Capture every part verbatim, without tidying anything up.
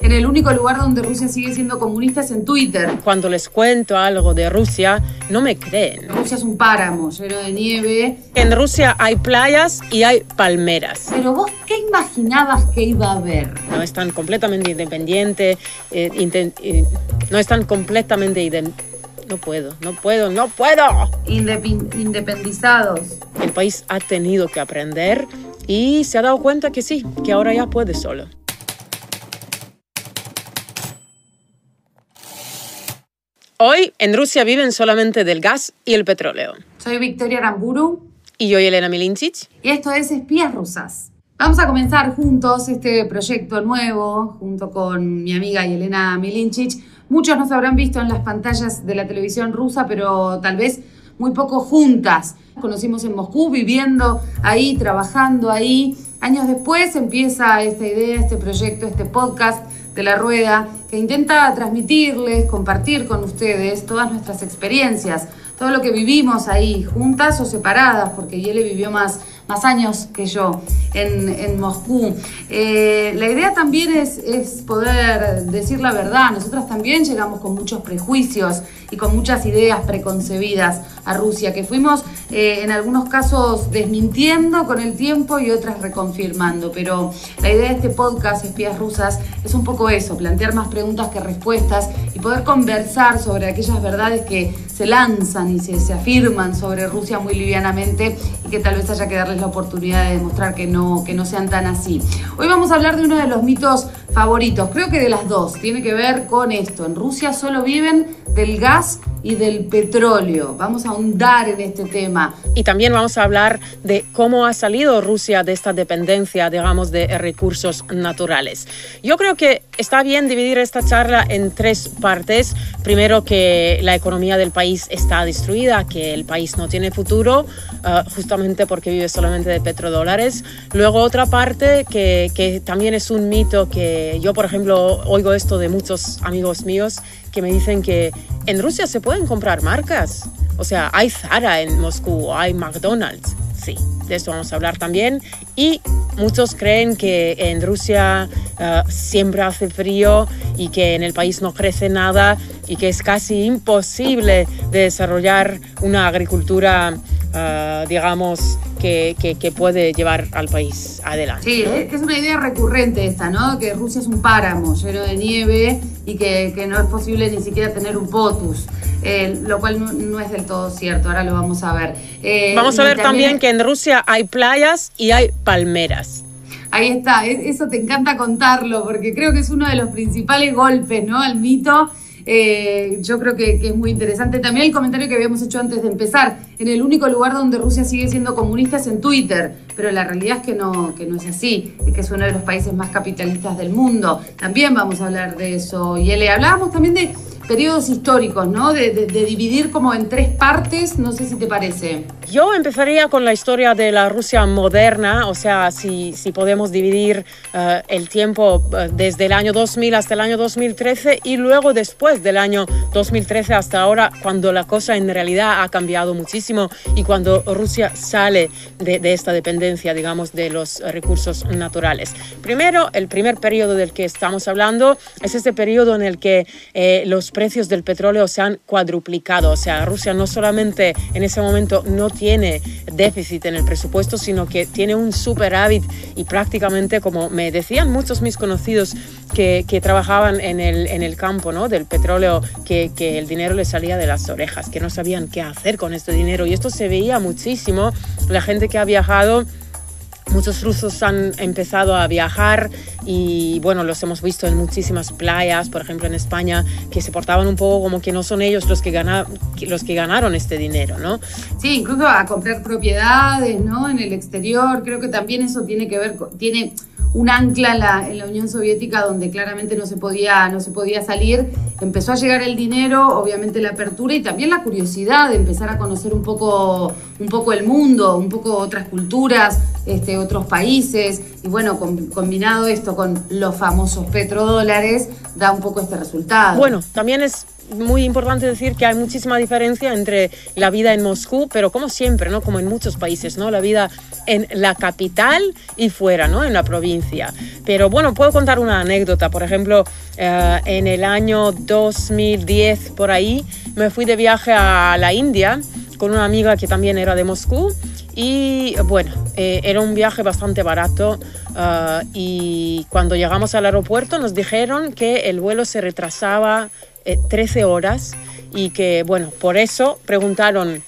en el único lugar donde Rusia sigue siendo comunista es en Twitter. Cuando les cuento algo de Rusia, no me creen. Rusia es un páramo lleno de nieve. En Rusia hay playas y hay palmeras. Pero vos, ¿qué imaginabas que iba a haber? No están completamente independientes, eh, inten, eh, no están completamente independientes. No puedo, no puedo, no puedo. Indep- independizados. El país ha tenido que aprender y se ha dado cuenta que sí, que ahora ya puede solo. Hoy en Rusia viven solamente del gas y el petróleo. Soy Victoria Aramburu. Y yo, Elena Milincic. Y esto es Espías Rusas. Vamos a comenzar juntos este proyecto nuevo, junto con mi amiga Elena Milincic. Muchos nos habrán visto en las pantallas de la televisión rusa, pero tal vez muy poco juntas. Nos conocimos en Moscú, viviendo ahí, trabajando ahí. Años después empieza esta idea, este proyecto, este podcast de La Rueda, que intenta transmitirles, compartir con ustedes todas nuestras experiencias, todo lo que vivimos ahí, juntas o separadas, porque Yele vivió más, más años que yo en, en Moscú. Eh, la idea también es, es poder decir la verdad. Nosotras también llegamos con muchos prejuicios y con muchas ideas preconcebidas a Rusia, que fuimos eh, en algunos casos desmintiendo con el tiempo y otras reconfirmando. Pero la idea de este podcast, Espías Rusas, es un poco eso, plantear más preguntas que respuestas y poder conversar sobre aquellas verdades que se lanzan y se, se afirman sobre Rusia muy livianamente y que tal vez haya que darles la oportunidad de demostrar que no, que no sean tan así. Hoy vamos a hablar de uno de los mitos favoritos, creo que de las dos, tiene que ver con esto. En Rusia solo viven del gas y del petróleo. Vamos a ahondar en este tema. Y también vamos a hablar de cómo ha salido Rusia de esta dependencia, digamos, de recursos naturales. Yo creo que está bien dividir esta charla en tres partes. Primero, que la economía del país está destruida, que el país no tiene futuro, uh, justamente porque vive solamente de petrodólares. Luego, otra parte que, que también es un mito, que yo, por ejemplo, oigo esto de muchos amigos míos que me dicen que en Rusia se pueden comprar marcas. O sea, hay Zara en Moscú, hay McDonald's. Sí, de eso vamos a hablar también. Y muchos creen que en Rusia uh, siempre hace frío y que en el país no crece nada y que es casi imposible de desarrollar una agricultura, uh, digamos, que, que, que puede llevar al país adelante. Sí, ¿no? Es una idea recurrente esta, ¿no? Que Rusia es un páramo lleno de nieve y que, que no es posible ni siquiera tener un POTUS. Eh, lo cual no, no es del todo cierto, ahora lo vamos a ver. Eh, vamos a ver también, también que en Rusia hay playas y hay palmeras. Ahí está, eso te encanta contarlo, porque creo que es uno de los principales golpes, ¿no?, al mito. Eh, yo creo que, que es muy interesante. También el comentario que habíamos hecho antes de empezar, en el único lugar donde Rusia sigue siendo comunista es en Twitter, pero la realidad es que no, que no es así, es que es uno de los países más capitalistas del mundo. También vamos a hablar de eso. Y le hablábamos también de periodos históricos, ¿no? De, de, de dividir como en tres partes, no sé si te parece. Yo empezaría con la historia de la Rusia moderna, o sea, si, si podemos dividir uh, el tiempo uh, desde el año dos mil hasta el año dos mil trece y luego después del año dos mil trece hasta ahora, cuando la cosa en realidad ha cambiado muchísimo y cuando Rusia sale de, de esta dependencia, digamos, de los recursos naturales. Primero, el primer periodo del que estamos hablando es este periodo en el que eh, los precios del petróleo se han cuadruplicado. O sea, Rusia no solamente en ese momento no tiene déficit en el presupuesto, sino que tiene un superávit y prácticamente, como me decían muchos mis conocidos que, que trabajaban en el, en el campo, ¿no?, del petróleo, que, que el dinero les salía de las orejas, que no sabían qué hacer con este dinero. Y esto se veía muchísimo. La gente que ha viajado, muchos rusos han empezado a viajar y, bueno, los hemos visto en muchísimas playas, por ejemplo en España, que se portaban un poco como que no son ellos los que, gana, los que ganaron este dinero, ¿no? Sí, incluso a comprar propiedades, ¿no?, en el exterior. Creo que también eso tiene que ver con, tiene un ancla en la, en la Unión Soviética, donde claramente no se podía, no se podía salir. Empezó a llegar el dinero, obviamente la apertura y también la curiosidad de empezar a conocer un poco, un poco el mundo, un poco otras culturas, este, otros países. Y bueno, com, combinado esto con los famosos petrodólares, da un poco este resultado. Bueno, también es muy importante decir que hay muchísima diferencia entre la vida en Moscú, pero como siempre, ¿no? Como en muchos países, ¿no? La vida en la capital y fuera, ¿no? En la provincia. Pero bueno, puedo contar una anécdota. Por ejemplo, eh, en el año dos mil diez, por ahí, me fui de viaje a la India con una amiga que también era de Moscú. Y bueno, eh, era un viaje bastante barato uh, y cuando llegamos al aeropuerto nos dijeron que el vuelo se retrasaba eh, trece horas y que, bueno, por eso preguntaron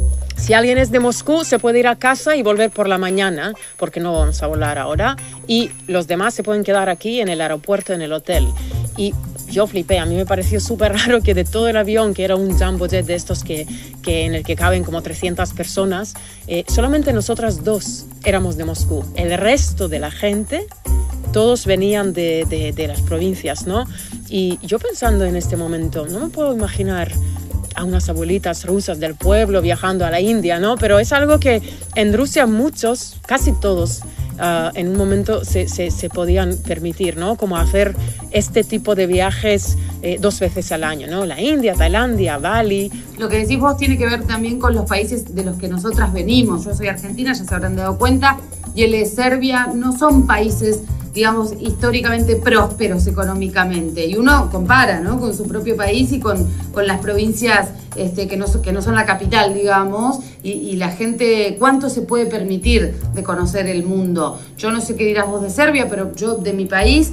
si alguien es de Moscú se puede ir a casa y volver por la mañana, porque no vamos a volar ahora, y los demás se pueden quedar aquí en el aeropuerto, en el hotel. Y yo flipé, a mí me pareció súper raro que de todo el avión, que era un jumbo jet de estos que, que en el que caben como trescientas personas, eh, solamente nosotras dos éramos de Moscú. El resto de la gente, todos venían de, de, de las provincias, ¿no? Y yo pensando en este momento, no me puedo imaginar a unas abuelitas rusas del pueblo viajando a la India, ¿no? Pero es algo que en Rusia muchos, casi todos, Uh, en un momento se, se, se podían permitir, ¿no? Como hacer este tipo de viajes eh, dos veces al año, ¿no? La India, Tailandia, Bali. Lo que decís vos tiene que ver también con los países de los que nosotras venimos. Yo soy argentina, ya se habrán dado cuenta, y el de Serbia no son países, digamos, históricamente prósperos económicamente. Y uno compara, ¿no? Con su propio país y con, con las provincias este, que, no, que no son la capital, digamos, y, y la gente, ¿cuánto se puede permitir de conocer el mundo? Yo no sé qué dirás vos de Serbia, pero yo de mi país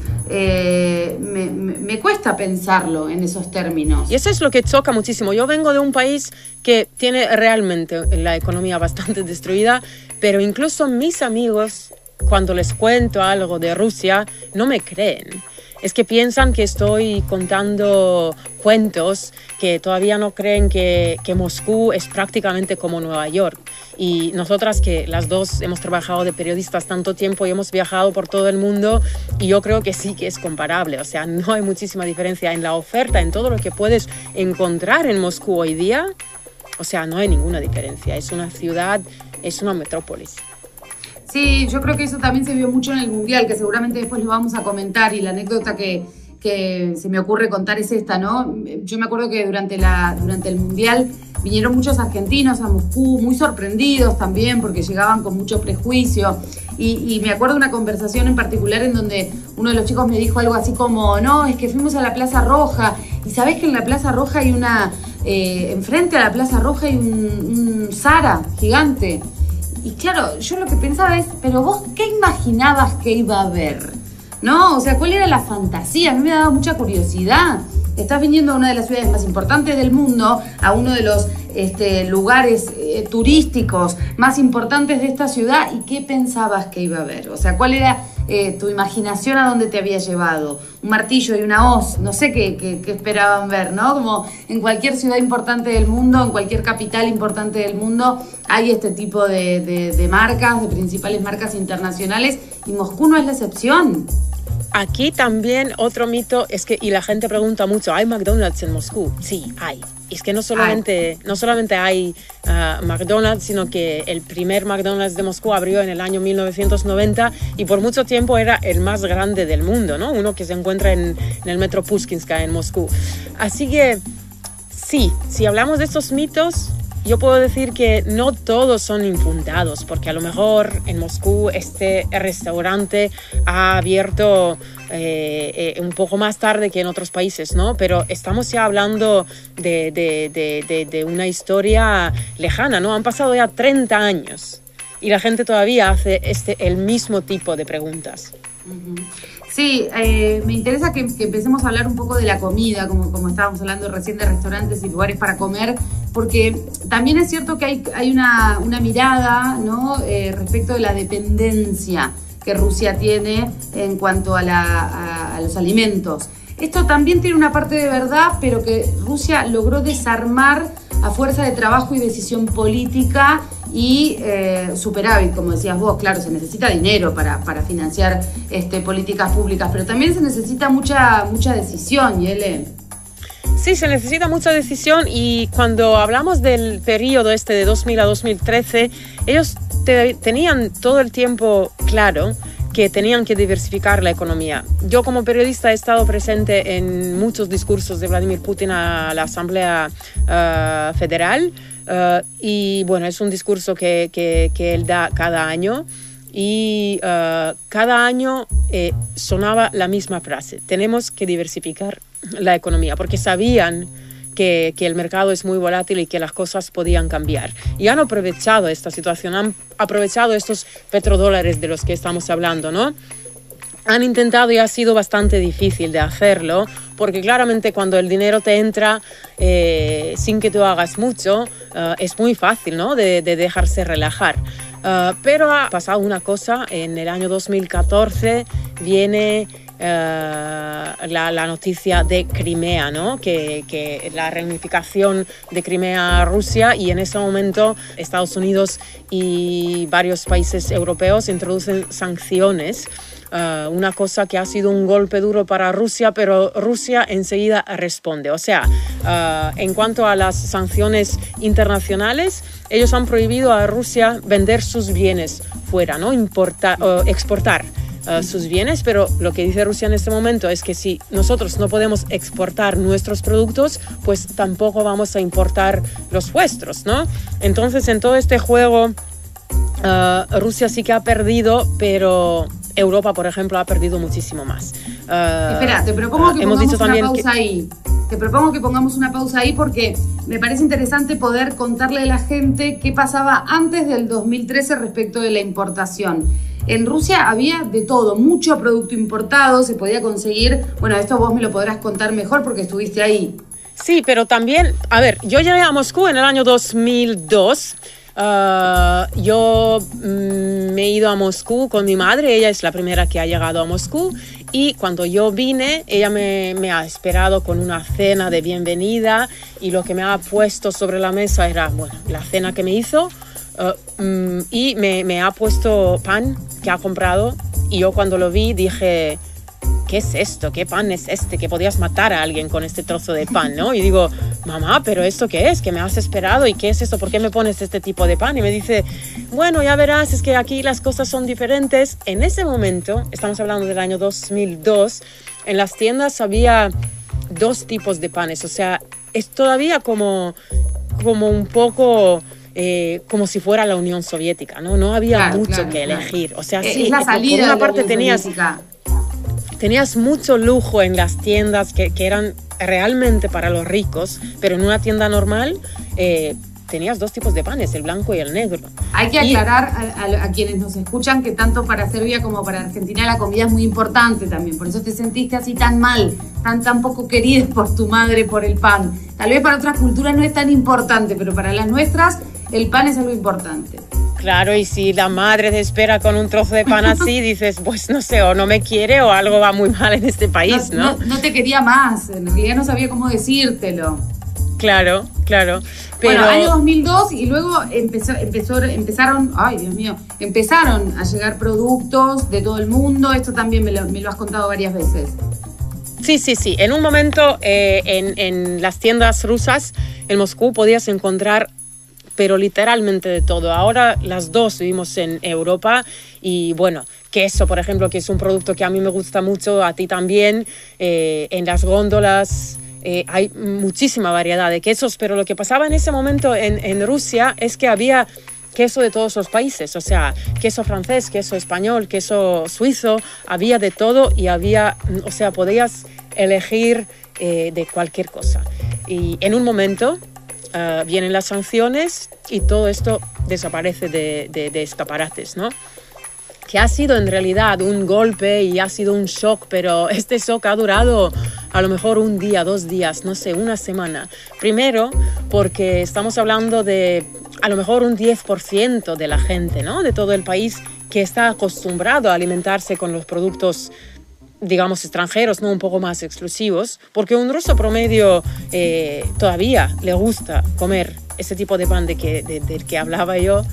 eh, me, me, me cuesta pensarlo en esos términos. Y eso es lo que choca muchísimo. Yo vengo de un país que tiene realmente la economía bastante destruida, pero incluso mis amigos, cuando les cuento algo de Rusia, no me creen. Es que piensan que estoy contando cuentos, que todavía no creen que, que Moscú es prácticamente como Nueva York. Y nosotras, que las dos hemos trabajado de periodistas tanto tiempo y hemos viajado por todo el mundo, y yo creo que sí que es comparable. O sea, no hay muchísima diferencia en la oferta, en todo lo que puedes encontrar en Moscú hoy día. O sea, no hay ninguna diferencia. Es una ciudad, es una metrópolis. Sí, yo creo que eso también se vio mucho en el Mundial, que seguramente después lo vamos a comentar, y la anécdota que, que se me ocurre contar es esta, ¿no? Yo me acuerdo que durante, la, durante el Mundial vinieron muchos argentinos a Moscú, muy sorprendidos también, porque llegaban con mucho prejuicio, y, y me acuerdo de una conversación en particular en donde uno de los chicos me dijo algo así como, no, es que fuimos a la Plaza Roja, y sabés que en la Plaza Roja hay una, eh, enfrente a la Plaza Roja hay un, un Zara gigante. Y claro, yo lo que pensaba es, pero vos, ¿qué imaginabas que iba a haber? ¿No? O sea, ¿cuál era la fantasía? A mí me ha dado mucha curiosidad. Estás viniendo a una de las ciudades más importantes del mundo, a uno de los este, lugares eh, turísticos más importantes de esta ciudad, ¿y qué pensabas que iba a haber? O sea, ¿cuál era eh, tu imaginación a dónde te había llevado? Un martillo y una hoz, no sé qué, qué, qué esperaban ver, ¿no? Como en cualquier ciudad importante del mundo, en cualquier capital importante del mundo, hay este tipo de, de, de marcas, de principales marcas internacionales, y Moscú no es la excepción. Aquí también otro mito es que, y la gente pregunta mucho, ¿hay McDonald's en Moscú? Sí, hay. Y es que no solamente, no solamente hay uh, McDonald's, sino que el primer McDonald's de Moscú abrió en el año mil novecientos noventa y por mucho tiempo era el más grande del mundo, ¿no? Uno que se encuentra en, en el metro Pushkinskaya en Moscú. Así que sí, si hablamos de estos mitos, yo puedo decir que no todos son infundados, porque a lo mejor en Moscú este restaurante ha abierto eh, eh, un poco más tarde que en otros países, ¿no? Pero estamos ya hablando de, de, de, de, de una historia lejana, ¿no? Han pasado ya treinta años y la gente todavía hace este, el mismo tipo de preguntas. Uh-huh. Sí, eh, me interesa que, que empecemos a hablar un poco de la comida, como, como estábamos hablando recién de restaurantes y lugares para comer, porque también es cierto que hay, hay una, una mirada, ¿no? eh, respecto de la dependencia que Rusia tiene en cuanto a, la, a, a los alimentos. Esto también tiene una parte de verdad, pero que Rusia logró desarmar a fuerza de trabajo y decisión política y eh, superávit, como decías vos. Claro, se necesita dinero para, para financiar este, políticas públicas, pero también se necesita mucha, mucha decisión, Yele. Sí, se necesita mucha decisión, y cuando hablamos del periodo este de dos mil a dos mil trece, ellos te, tenían todo el tiempo claro que tenían que diversificar la economía. Yo como periodista he estado presente en muchos discursos de Vladimir Putin a la Asamblea uh, Federal uh, y bueno, es un discurso que, que, que él da cada año y uh, cada año eh, sonaba la misma frase: tenemos que diversificar la economía, porque sabían Que, que el mercado es muy volátil y que las cosas podían cambiar. Y han aprovechado esta situación, han aprovechado estos petrodólares de los que estamos hablando, ¿no? Han intentado y ha sido bastante difícil de hacerlo, porque claramente cuando el dinero te entra eh, sin que tú hagas mucho, uh, es muy fácil, ¿no? de, de dejarse relajar. Uh, pero ha pasado una cosa: en el año dos mil catorce viene Uh, la, la noticia de Crimea, ¿no? que, que la reunificación de Crimea a Rusia, y en ese momento Estados Unidos y varios países europeos introducen sanciones, uh, una cosa que ha sido un golpe duro para Rusia, pero Rusia enseguida responde. O sea, uh, en cuanto a las sanciones internacionales, ellos han prohibido a Rusia vender sus bienes fuera, ¿no? Importar, uh, exportar Uh, sus bienes, pero lo que dice Rusia en este momento es que si nosotros no podemos exportar nuestros productos, pues tampoco vamos a importar los vuestros, ¿no? Entonces, en todo este juego, uh, Rusia sí que ha perdido, pero Europa, por ejemplo, ha perdido muchísimo más. Uh, Espera, te propongo que hemos pongamos dicho una también pausa que... ahí. Te propongo que pongamos una pausa ahí porque me parece interesante poder contarle a la gente qué pasaba antes del dos mil trece respecto de la importación. En Rusia había de todo, mucho producto importado, se podía conseguir. Bueno, esto vos me lo podrás contar mejor porque estuviste ahí. Sí, pero también, a ver, yo llegué a Moscú en el año dos mil dos. Uh, yo mm, me he ido a Moscú con mi madre, ella es la primera que ha llegado a Moscú, y cuando yo vine, ella me, me ha esperado con una cena de bienvenida, y lo que me ha puesto sobre la mesa era, bueno, la cena que me hizo, uh, mm, y me, me ha puesto pan que ha comprado, y yo cuando lo vi dije: ¿qué es esto? ¿Qué pan es este? Que podías matar a alguien con este trozo de pan, ¿no? Y digo: mamá, ¿pero esto qué es? ¿Que me has esperado? ¿Y qué es esto? ¿Por qué me pones este tipo de pan? Y me dice: bueno, ya verás, es que aquí las cosas son diferentes. En ese momento, estamos hablando del año dos mil dos, en las tiendas había dos tipos de panes. O sea, es todavía como, como un poco... Eh, como si fuera la Unión Soviética, ¿no? No había claro, mucho claro, que claro. elegir. O sea, es sí, la salida por una de la parte Unión tenías... Soviética. Tenías mucho lujo en las tiendas que, que eran realmente para los ricos, pero en una tienda normal eh, tenías dos tipos de panes, el blanco y el negro. Hay que y, aclarar a, a, a quienes nos escuchan que tanto para Serbia como para Argentina la comida es muy importante también. Por eso te sentiste así tan mal, tan, tan poco querida por tu madre, por el pan. Tal vez para otras culturas no es tan importante, pero para las nuestras el pan es algo importante. Claro, y si la madre te espera con un trozo de pan así, dices, pues no sé, o no me quiere o algo va muy mal en este país, ¿no? No, no, no te quería más, en realidad no sabía cómo decírtelo. Claro, claro. Pero... Bueno, año dos mil dos y luego empezó, empezó, empezaron, ay Dios mío, empezaron a llegar productos de todo el mundo. Esto también me lo, me lo has contado varias veces. Sí, sí, sí. En un momento eh, en, en las tiendas rusas en Moscú podías encontrar, pero literalmente de todo. Ahora las dos vivimos en Europa y bueno, queso, por ejemplo, que es un producto que a mí me gusta mucho, a ti también, eh, en las góndolas eh, hay muchísima variedad de quesos, pero lo que pasaba en ese momento en, en Rusia es que había queso de todos los países, o sea, queso francés, queso español, queso suizo, había de todo y había, o sea, podías elegir eh, de cualquier cosa. Y en un momento Uh, vienen las sanciones y todo esto desaparece de, de, de escaparates, ¿no? Que ha sido en realidad un golpe y ha sido un shock, pero este shock ha durado a lo mejor un día, dos días, no sé, una semana. Primero, porque estamos hablando de a lo mejor un diez por ciento de la gente, ¿no? De todo el país que está acostumbrado a alimentarse con los productos, digamos, extranjeros, ¿no? Un poco más exclusivos, porque un ruso promedio eh, todavía le gusta comer ese tipo de pan de que, de, del que hablaba yo.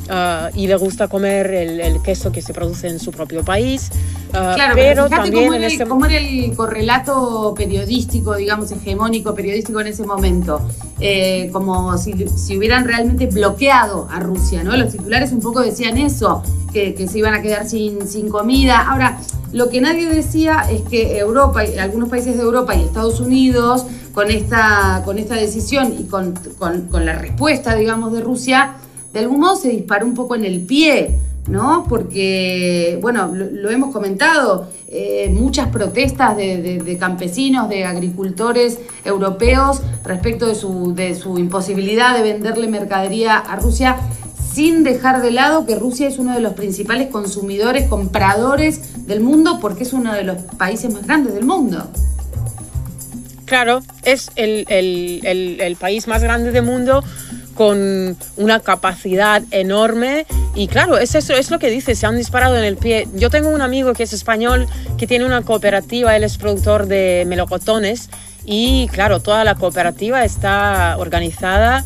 uh, y le gusta comer el, el queso que se produce en su propio país. Uh, claro, pero, pero también cómo era, en este... el, cómo era el correlato periodístico, digamos, hegemónico periodístico en ese momento. Eh, como si, si hubieran realmente bloqueado a Rusia, ¿no? Los titulares un poco decían eso, que, que se iban a quedar sin, sin comida. Ahora, lo que nadie decía es que Europa, algunos países de Europa y Estados Unidos, con esta, con esta decisión y con, con, con la respuesta, digamos, de Rusia, de algún modo se disparó un poco en el pie, ¿no? Porque, bueno, lo, lo hemos comentado, eh, muchas protestas de, de, de campesinos, de agricultores europeos respecto de su, de su imposibilidad de venderle mercadería a Rusia, sin dejar de lado que Rusia es uno de los principales consumidores, compradores del mundo, porque es uno de los países más grandes del mundo. Claro, es el, el, el, el país más grande del mundo, con una capacidad enorme, y claro, es eso, es lo que dice, se han disparado en el pie. Yo tengo un amigo que es español, que tiene una cooperativa, él es productor de melocotones, y claro, toda la cooperativa está organizada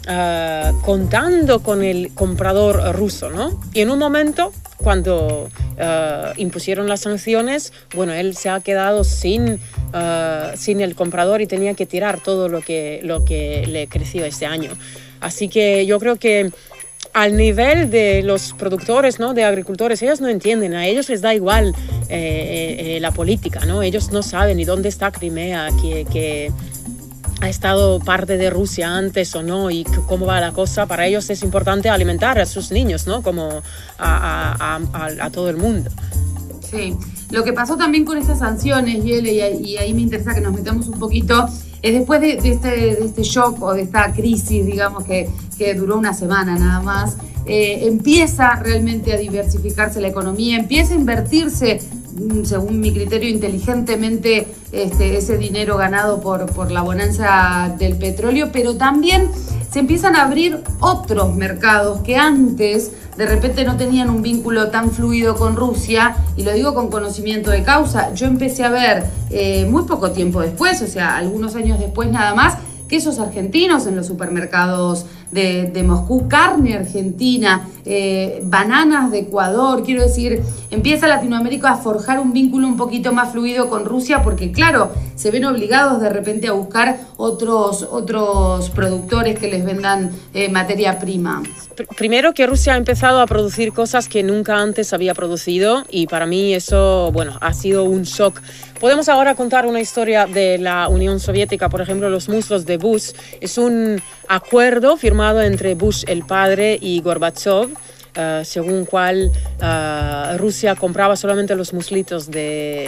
uh, contando con el comprador ruso, ¿no? Y en un momento, cuando uh, impusieron las sanciones, bueno, él se ha quedado sin, uh, sin el comprador y tenía que tirar todo lo que, lo que le creció este año. Así que yo creo que al nivel de los productores, ¿no?, de agricultores, ellos no entienden, a ellos les da igual eh, eh, la política, ¿no? Ellos no saben ni dónde está Crimea, que, que ha estado parte de Rusia antes o no, y cómo va la cosa. Para ellos es importante alimentar a sus niños, ¿no?, como a, a, a, a todo el mundo. Sí, lo que pasó también con estas sanciones, Yele, y ahí me interesa que nos metamos un poquito, es después de, de, este, de este shock o de esta crisis, digamos, que, que duró una semana nada más, eh, empieza realmente a diversificarse la economía, empieza a invertirse, según mi criterio, inteligentemente este, ese dinero ganado por, por la bonanza del petróleo, pero también se empiezan a abrir otros mercados que antes de repente no tenían un vínculo tan fluido con Rusia, y lo digo con conocimiento de causa. Yo empecé a ver eh, muy poco tiempo después, o sea, algunos años después nada más, quesos argentinos en los supermercados de, de Moscú, carne argentina, eh, bananas de Ecuador. Quiero decir, empieza Latinoamérica a forjar un vínculo un poquito más fluido con Rusia, porque claro, se ven obligados de repente a buscar otros, otros productores que les vendan eh, materia prima. Primero, que Rusia ha empezado a producir cosas que nunca antes había producido, y para mí eso, bueno, ha sido un shock. Podemos ahora contar una historia de la Unión Soviética, por ejemplo, los muslos de Bush. Es un acuerdo firmado entre Bush el padre y Gorbachev, uh, según cual uh, Rusia compraba solamente los muslitos de,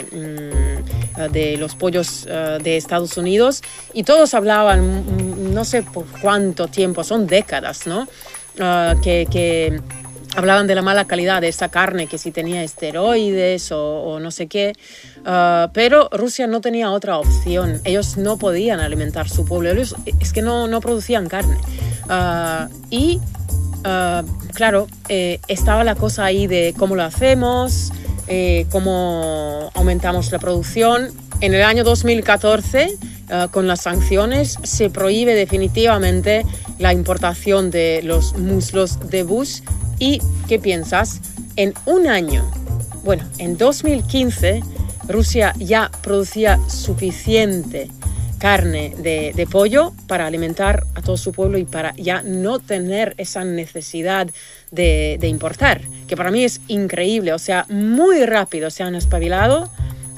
um, de los pollos uh, de Estados Unidos, y todos hablaban, no sé por cuánto tiempo, son décadas, ¿no? Uh, que... que hablaban de la mala calidad de esta carne, que si tenía esteroides o, o no sé qué, uh, pero Rusia no tenía otra opción. Ellos no podían alimentar su pueblo, ellos es que no, no producían carne. Uh, y, uh, claro, eh, estaba la cosa ahí de cómo lo hacemos, eh, cómo aumentamos la producción. En el año dos mil catorce, uh, con las sanciones, se prohíbe definitivamente la importación de los muslos de Bush. ¿Y qué piensas? En un año, bueno, en dos mil quince, Rusia ya producía suficiente carne de, de pollo para alimentar a todo su pueblo y para ya no tener esa necesidad de, de importar, que para mí es increíble. O sea, muy rápido se han espabilado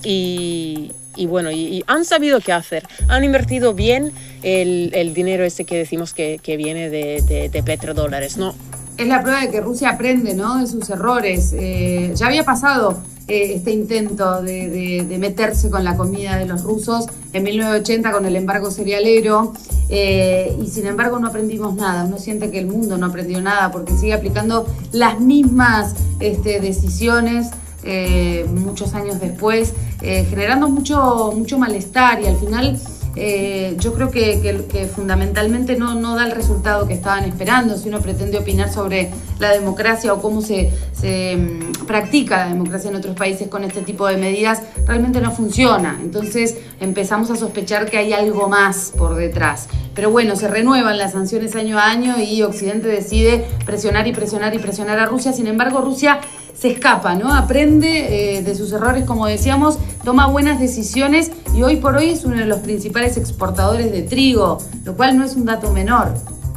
y... Y bueno, y, y han sabido qué hacer. Han invertido bien el, el dinero ese que decimos que, que viene de, de, de petrodólares, ¿no? Es la prueba de que Rusia aprende, ¿no?, de sus errores. Eh, ya había pasado eh, este intento de, de, de meterse con la comida de los rusos en mil novecientos ochenta con el embargo cerealero, eh, y sin embargo no aprendimos nada. Uno siente que el mundo no aprendió nada porque sigue aplicando las mismas este, decisiones Eh, muchos años después, eh, generando mucho, mucho malestar, y al final eh, yo creo que, que, que fundamentalmente no, no da el resultado que estaban esperando. Si uno pretende opinar sobre la democracia o cómo se, se um, practica la democracia en otros países con este tipo de medidas, realmente no funciona. Entonces empezamos a sospechar que hay algo más por detrás. Pero bueno, se renuevan las sanciones año a año y Occidente decide presionar y presionar y presionar a Rusia. Sin embargo, Rusia se escapa, ¿no? Aprende eh, de sus errores, como decíamos, toma buenas decisiones y hoy por hoy es uno de los principales exportadores de trigo, lo cual no es un dato menor.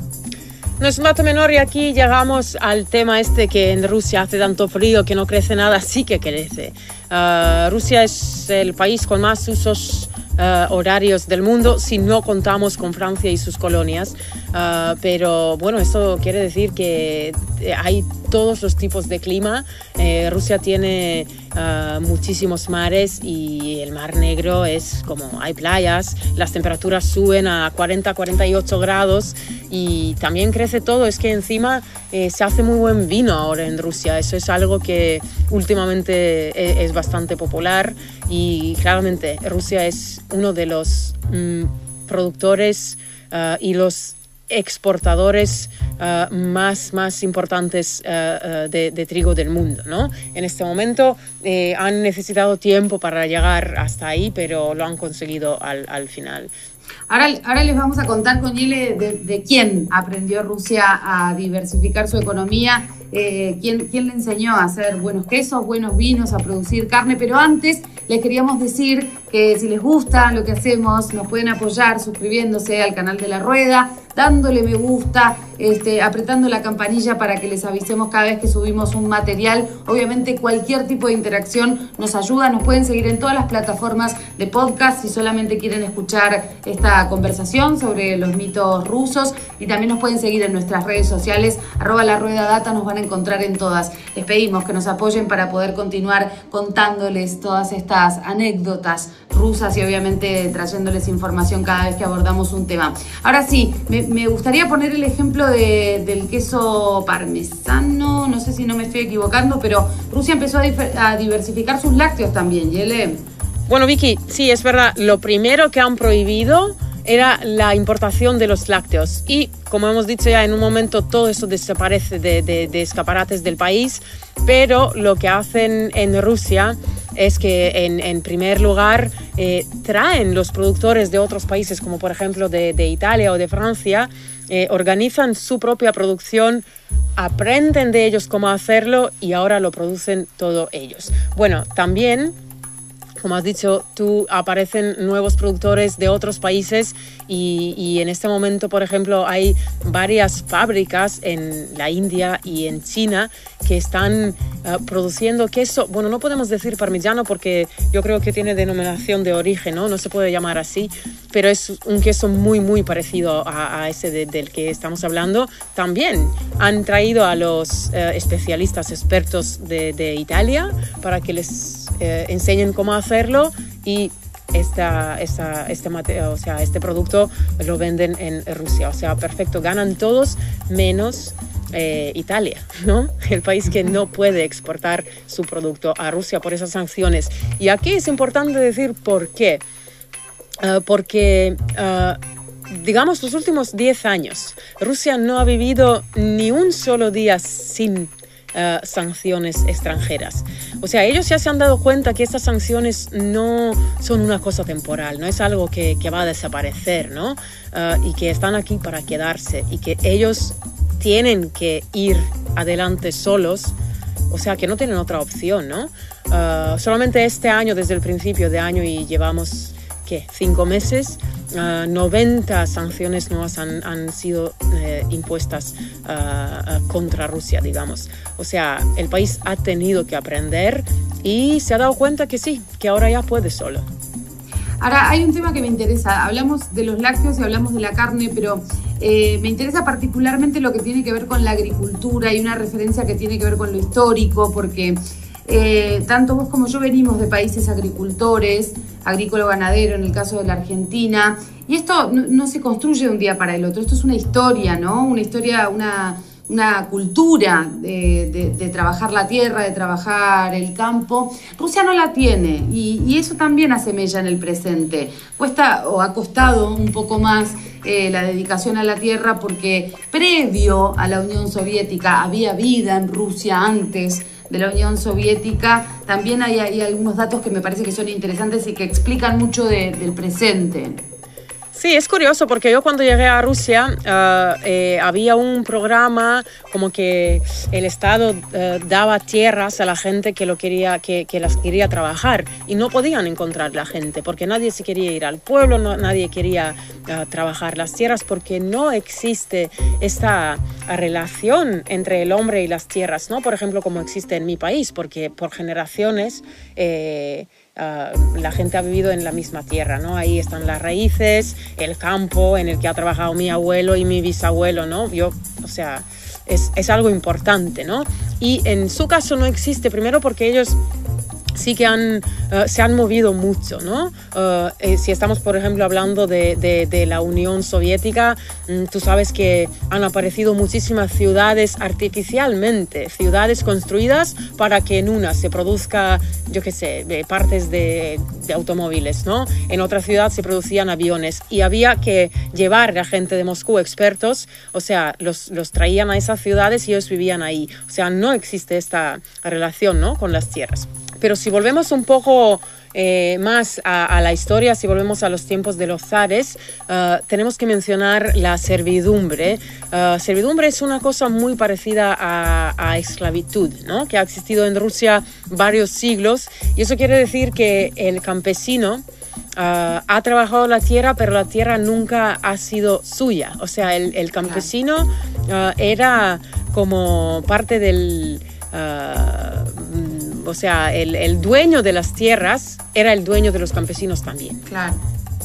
No es un dato menor y aquí llegamos al tema este que en Rusia hace tanto frío que no crece nada, sí que crece. Uh, Rusia es el país con más usos Uh, horarios del mundo si no contamos con Francia y sus colonias, uh, pero bueno, eso quiere decir que hay todos los tipos de clima. eh, Rusia tiene uh, muchísimos mares y el Mar Negro es como hay playas, las temperaturas suben a cuarenta, cuarenta y ocho grados y también crece todo. Es que encima eh, se hace muy buen vino ahora en Rusia, eso es algo que últimamente es, es bastante popular y claramente Rusia es uno de los mm, productores uh, y los exportadores uh, más, más importantes uh, uh, de, de trigo del mundo, ¿no? En este momento eh, han necesitado tiempo para llegar hasta ahí, pero lo han conseguido al, al final. Ahora, ahora les vamos a contar con Yele de, de quién aprendió Rusia a diversificar su economía, eh, quién, quién le enseñó a hacer buenos quesos, buenos vinos, a producir carne, pero antes les queríamos decir que si les gusta lo que hacemos, nos pueden apoyar suscribiéndose al canal de La Rueda, dándole me gusta, este, apretando la campanilla para que les avisemos cada vez que subimos un material. Obviamente cualquier tipo de interacción nos ayuda. Nos pueden seguir en todas las plataformas de podcast si solamente quieren escuchar esta conversación sobre los mitos rusos, y también nos pueden seguir en nuestras redes sociales, arroba La Rueda Data, nos van a encontrar en todas. Les pedimos que nos apoyen para poder continuar contándoles todas estas anécdotas rusas y obviamente trayéndoles información cada vez que abordamos un tema. Ahora sí, me, me gustaría poner el ejemplo de, del queso parmesano, no sé si no me estoy equivocando, pero Rusia empezó a, a diversificar sus lácteos también, Yele. Bueno, Vicky, sí, es verdad, lo primero que han prohibido era la importación de los lácteos y, como hemos dicho ya, en un momento todo eso desaparece de, de, de escaparates del país, pero lo que hacen en Rusia es que en, en primer lugar eh, traen los productores de otros países, como por ejemplo de, de Italia o de Francia, eh, organizan su propia producción, aprenden de ellos cómo hacerlo y ahora lo producen todo ellos. Bueno, también, como has dicho tú, aparecen nuevos productores de otros países y, y en este momento, por ejemplo, hay varias fábricas en la India y en China que están uh, produciendo queso. Bueno, no podemos decir parmigiano porque yo creo que tiene denominación de origen, ¿no? No se puede llamar así, pero es un queso muy, muy parecido a, a ese de, del que estamos hablando. También han traído a los uh, especialistas expertos de, de Italia para que les uh, enseñen cómo hacerlo y Esta, esta, este, o sea, este producto lo venden en Rusia. O sea, perfecto, ganan todos menos eh, Italia, ¿no? El país que no puede exportar su producto a Rusia por esas sanciones. Y aquí es importante decir por qué. Uh, porque, uh, digamos, los últimos diez años, Rusia no ha vivido ni un solo día sin Uh, sanciones extranjeras. O sea, ellos ya se han dado cuenta que estas sanciones no son una cosa temporal, no es algo que, que va a desaparecer, ¿no? Uh, y que están aquí para quedarse y que ellos tienen que ir adelante solos, o sea, que no tienen otra opción, ¿no? Uh, solamente este año, desde el principio de año, y llevamos, ¿qué? Cinco meses, Uh, noventa sanciones nuevas han, han sido eh, impuestas uh, uh, contra Rusia, digamos. O sea, el país ha tenido que aprender y se ha dado cuenta que sí, que ahora ya puede solo. Ahora, hay un tema que me interesa. Hablamos de los lácteos y hablamos de la carne, pero eh, me interesa particularmente lo que tiene que ver con la agricultura y una referencia que tiene que ver con lo histórico, porque Eh, tanto vos como yo venimos de países agricultores, agrícola-ganadero en el caso de la Argentina, y esto no, no se construye de un día para el otro, esto es una historia, ¿no? Una historia, una, una cultura de, de, de trabajar la tierra, de trabajar el campo. Rusia no la tiene y, y eso también asemella en el presente. Cuesta o ha costado un poco más eh, la dedicación a la tierra porque previo a la Unión Soviética había vida en Rusia antes de la Unión Soviética. También hay, hay algunos datos que me parece que son interesantes y que explican mucho de, del presente. Sí, es curioso porque yo cuando llegué a Rusia uh, eh, había un programa como que el Estado uh, daba tierras a la gente que, lo quería, que, que las quería trabajar y no podían encontrar la gente porque nadie se quería ir al pueblo, no, nadie quería uh, trabajar las tierras porque no existe esta relación entre el hombre y las tierras, ¿no? Por ejemplo, como existe en mi país, porque por generaciones eh, Uh, la gente ha vivido en la misma tierra, ¿no? Ahí están las raíces, el campo en el que ha trabajado mi abuelo y mi bisabuelo, ¿no? Yo, o sea, es, es algo importante, ¿no? Y en su caso no existe, primero porque ellos sí que han, uh, se han movido mucho, ¿no? Uh, eh, si estamos, por ejemplo, hablando de, de, de la Unión Soviética, mm, tú sabes que han aparecido muchísimas ciudades artificialmente, ciudades construidas para que en una se produzca, yo qué sé, partes de, de automóviles, ¿no? En otra ciudad se producían aviones y había que llevar a gente de Moscú, expertos, o sea, los, los traían a esas ciudades y ellos vivían ahí. O sea, no existe esta relación, ¿no? Con las tierras. Pero si volvemos un poco eh, más a, a la historia, si volvemos a los tiempos de los zares, uh, tenemos que mencionar la servidumbre. Uh, servidumbre es una cosa muy parecida a, a esclavitud, ¿no? Que ha existido en Rusia varios siglos y eso quiere decir que el campesino Uh, ha trabajado la tierra, pero la tierra nunca ha sido suya. O sea, el, el campesino uh, era como parte del... Uh, o sea, el, el dueño de las tierras era el dueño de los campesinos también. Claro.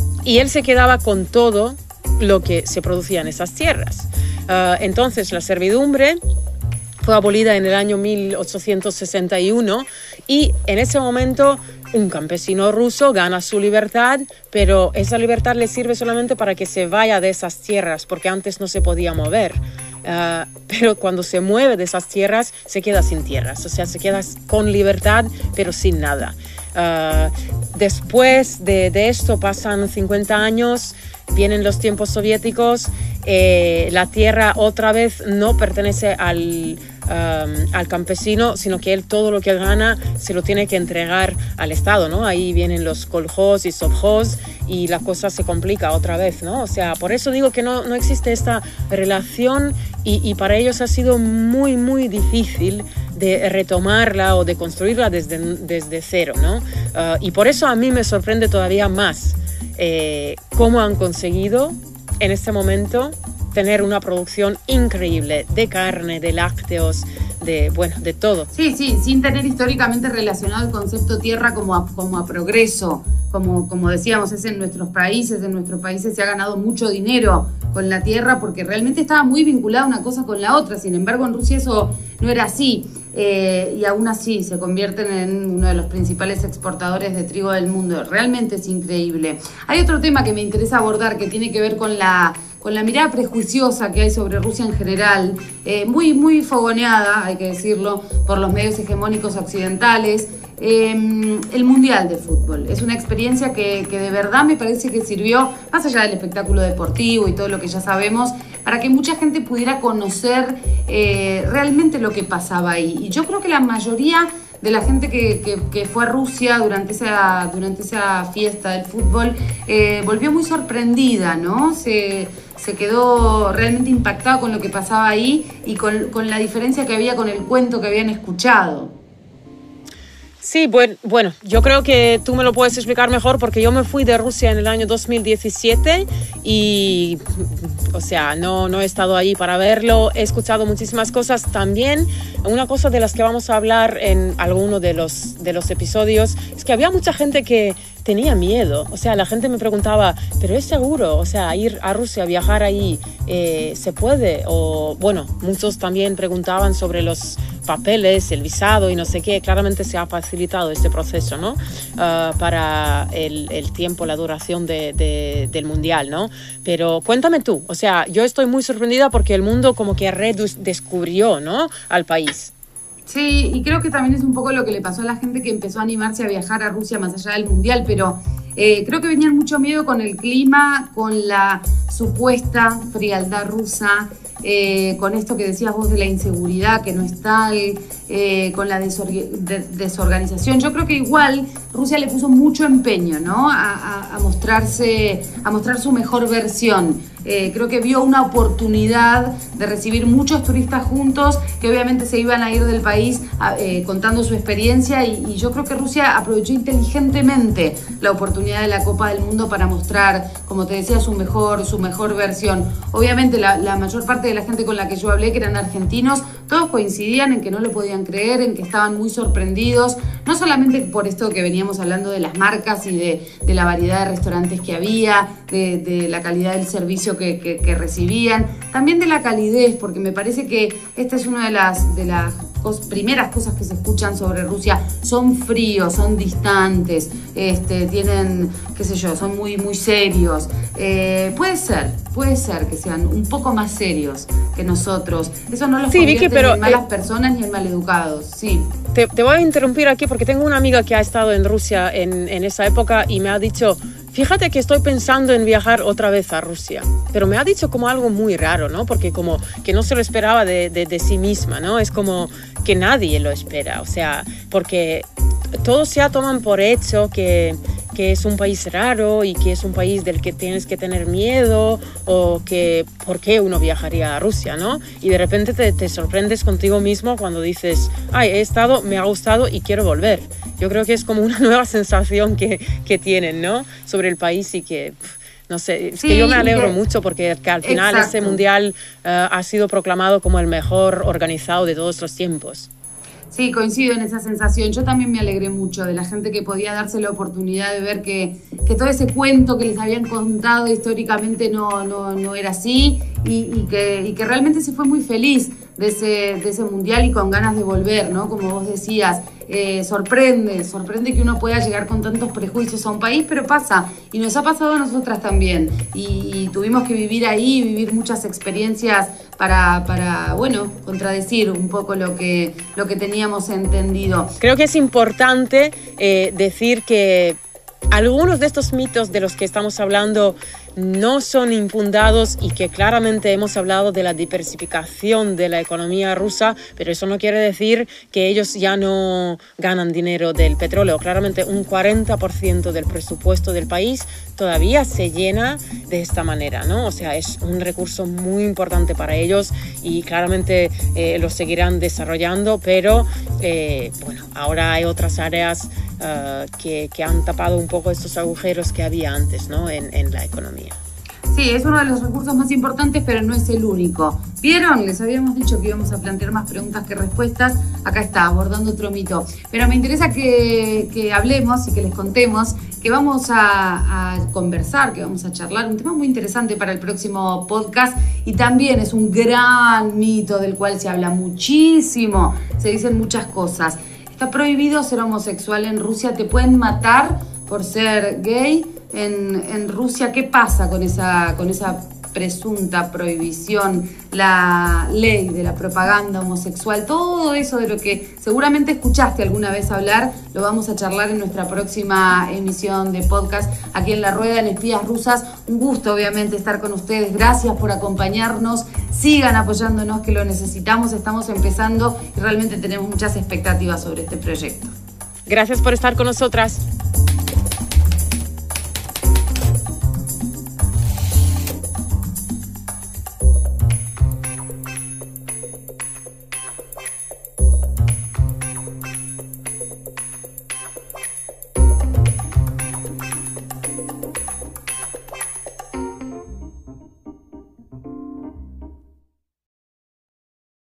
Y él se quedaba con todo lo que se producía en esas tierras. Uh, entonces, la servidumbre fue abolida en el año mil ochocientos sesenta y uno y en ese momento un campesino ruso gana su libertad, pero esa libertad le sirve solamente para que se vaya de esas tierras, porque antes no se podía mover. Uh, pero cuando se mueve de esas tierras, se queda sin tierras, o sea, se queda con libertad, pero sin nada. Uh, después de, de esto pasan cincuenta años, vienen los tiempos soviéticos, eh, la tierra otra vez no pertenece al... Um, al campesino, sino que él todo lo que gana se lo tiene que entregar al Estado, ¿no? Ahí vienen los kolkhoz y sovkhoz y la cosa se complica otra vez, ¿no? O sea, por eso digo que no, no existe esta relación y, y para ellos ha sido muy, muy difícil de retomarla o de construirla desde, desde cero, ¿no? Uh, y por eso a mí me sorprende todavía más eh, cómo han conseguido en este momento tener una producción increíble de carne, de lácteos, de, bueno, de todo. Sí, sí, sin tener históricamente relacionado el concepto tierra como a, como a progreso. Como, como decíamos, es en nuestros países, en nuestros países se ha ganado mucho dinero con la tierra porque realmente estaba muy vinculada una cosa con la otra. Sin embargo, en Rusia eso no era así. Eh, y aún así se convierten en uno de los principales exportadores de trigo del mundo. Realmente es increíble. Hay otro tema que me interesa abordar que tiene que ver con la... con la mirada prejuiciosa que hay sobre Rusia en general, eh, muy, muy fogoneada, hay que decirlo, por los medios hegemónicos occidentales. Eh, el Mundial de Fútbol es una experiencia que, que de verdad me parece que sirvió, más allá del espectáculo deportivo y todo lo que ya sabemos, para que mucha gente pudiera conocer eh, realmente lo que pasaba ahí. Y yo creo que la mayoría de la gente que, que, que fue a Rusia durante esa, durante esa fiesta del fútbol eh, volvió muy sorprendida, ¿no? Se, se quedó realmente impactada con lo que pasaba ahí y con, con la diferencia que había con el cuento que habían escuchado. Sí, bueno, bueno, yo creo que tú me lo puedes explicar mejor porque yo me fui de Rusia en el año dos mil diecisiete y, o sea, no, no he estado ahí para verlo, he escuchado muchísimas cosas también. Una cosa de las que vamos a hablar en alguno de los, de los episodios es que había mucha gente que tenía miedo, o sea, la gente me preguntaba, ¿pero es seguro? O sea, ir a Rusia, viajar ahí, eh, ¿se puede? O, bueno, muchos también preguntaban sobre los papeles, el visado y no sé qué, claramente se ha facilitado este proceso, ¿no? Uh, para el, el tiempo, la duración de, de, del Mundial, ¿no? Pero cuéntame tú, o sea, yo estoy muy sorprendida porque el mundo como que redescubrió, ¿no?, al país. Sí, y creo que también es un poco lo que le pasó a la gente que empezó a animarse a viajar a Rusia más allá del Mundial, pero eh, creo que venían mucho miedo con el clima, con la supuesta frialdad rusa, eh, con esto que decías vos de la inseguridad, que no es tal, eh, con la desorg- de- desorganización. Yo creo que igual Rusia le puso mucho empeño, ¿no?, a, a, a mostrarse, a mostrar su mejor versión. Eh, creo que vio una oportunidad de recibir muchos turistas juntos que obviamente se iban a ir del país eh, contando su experiencia y, y yo creo que Rusia aprovechó inteligentemente la oportunidad de la Copa del Mundo para mostrar, como te decía, su mejor, su mejor versión. Obviamente la, la mayor parte de la gente con la que yo hablé, que eran argentinos, todos coincidían en que no lo podían creer, en que estaban muy sorprendidos, no solamente por esto que veníamos hablando de las marcas y de, de la variedad de restaurantes que había, de, de la calidad del servicio Que, que, que recibían, también de la calidez, porque me parece que esta es una de las, de las cos, primeras cosas que se escuchan sobre Rusia. Son fríos, son distantes, este, tienen, qué sé yo, son muy, muy serios. Eh, puede ser, puede ser que sean un poco más serios que nosotros. Eso no los sí, convierte Vicky, pero, ni en malas eh, personas ni en maleducados. Sí. Te, te voy a interrumpir aquí porque tengo una amiga que ha estado en Rusia en, en esa época y me ha dicho, fíjate que estoy pensando en viajar otra vez a Rusia, pero me ha dicho como algo muy raro, ¿no? Porque como que no se lo esperaba de, de, de sí misma, ¿no? Es como que nadie lo espera, o sea, porque todos ya toman por hecho que, que es un país raro y que es un país del que tienes que tener miedo o que por qué uno viajaría a Rusia, ¿no? Y de repente te, te sorprendes contigo mismo cuando dices, ay, he estado, me ha gustado y quiero volver. Yo creo que es como una nueva sensación que, que tienen, ¿no?, sobre el país y que, no sé, es sí, que yo me alegro que, mucho porque que al final exacto. Ese mundial uh, ha sido proclamado como el mejor organizado de todos los tiempos. Sí, coincido en esa sensación. Yo también me alegré mucho de la gente que podía darse la oportunidad de ver que, que todo ese cuento que les habían contado históricamente no, no, no era así y, y, que, y que realmente se fue muy feliz de ese, de ese mundial y con ganas de volver, ¿no? Como vos decías, eh, sorprende, sorprende que uno pueda llegar con tantos prejuicios a un país, pero pasa, y nos ha pasado a nosotras también, y, y tuvimos que vivir ahí, vivir muchas experiencias para, para, bueno, contradecir un poco lo que, lo que teníamos entendido. Creo que es importante eh, decir que algunos de estos mitos de los que estamos hablando no son infundados y que claramente hemos hablado de la diversificación de la economía rusa, pero eso no quiere decir que ellos ya no ganan dinero del petróleo. Claramente un cuarenta por ciento del presupuesto del país todavía se llena de esta manera, ¿no? O sea, es un recurso muy importante para ellos y claramente eh, lo seguirán desarrollando, pero eh, bueno, ahora hay otras áreas uh, que, que han tapado un poco estos agujeros que había antes, ¿no?, en, en la economía. Sí, es uno de los recursos más importantes, pero no es el único. ¿Vieron? Les habíamos dicho que íbamos a plantear más preguntas que respuestas. Acá está, abordando otro mito. Pero me interesa que, que hablemos y que les contemos que vamos a, a conversar, que vamos a charlar. Un tema muy interesante para el próximo podcast y también es un gran mito del cual se habla muchísimo. Se dicen muchas cosas. Está prohibido ser homosexual en Rusia. Te pueden matar por ser gay. En, en Rusia, ¿qué pasa con esa, con esa presunta prohibición, la ley de la propaganda homosexual? Todo eso de lo que seguramente escuchaste alguna vez hablar, lo vamos a charlar en nuestra próxima emisión de podcast aquí en La Rueda, en Espías Rusas. Un gusto, obviamente, estar con ustedes. Gracias por acompañarnos. Sigan apoyándonos, que lo necesitamos. Estamos empezando y realmente tenemos muchas expectativas sobre este proyecto. Gracias por estar con nosotras.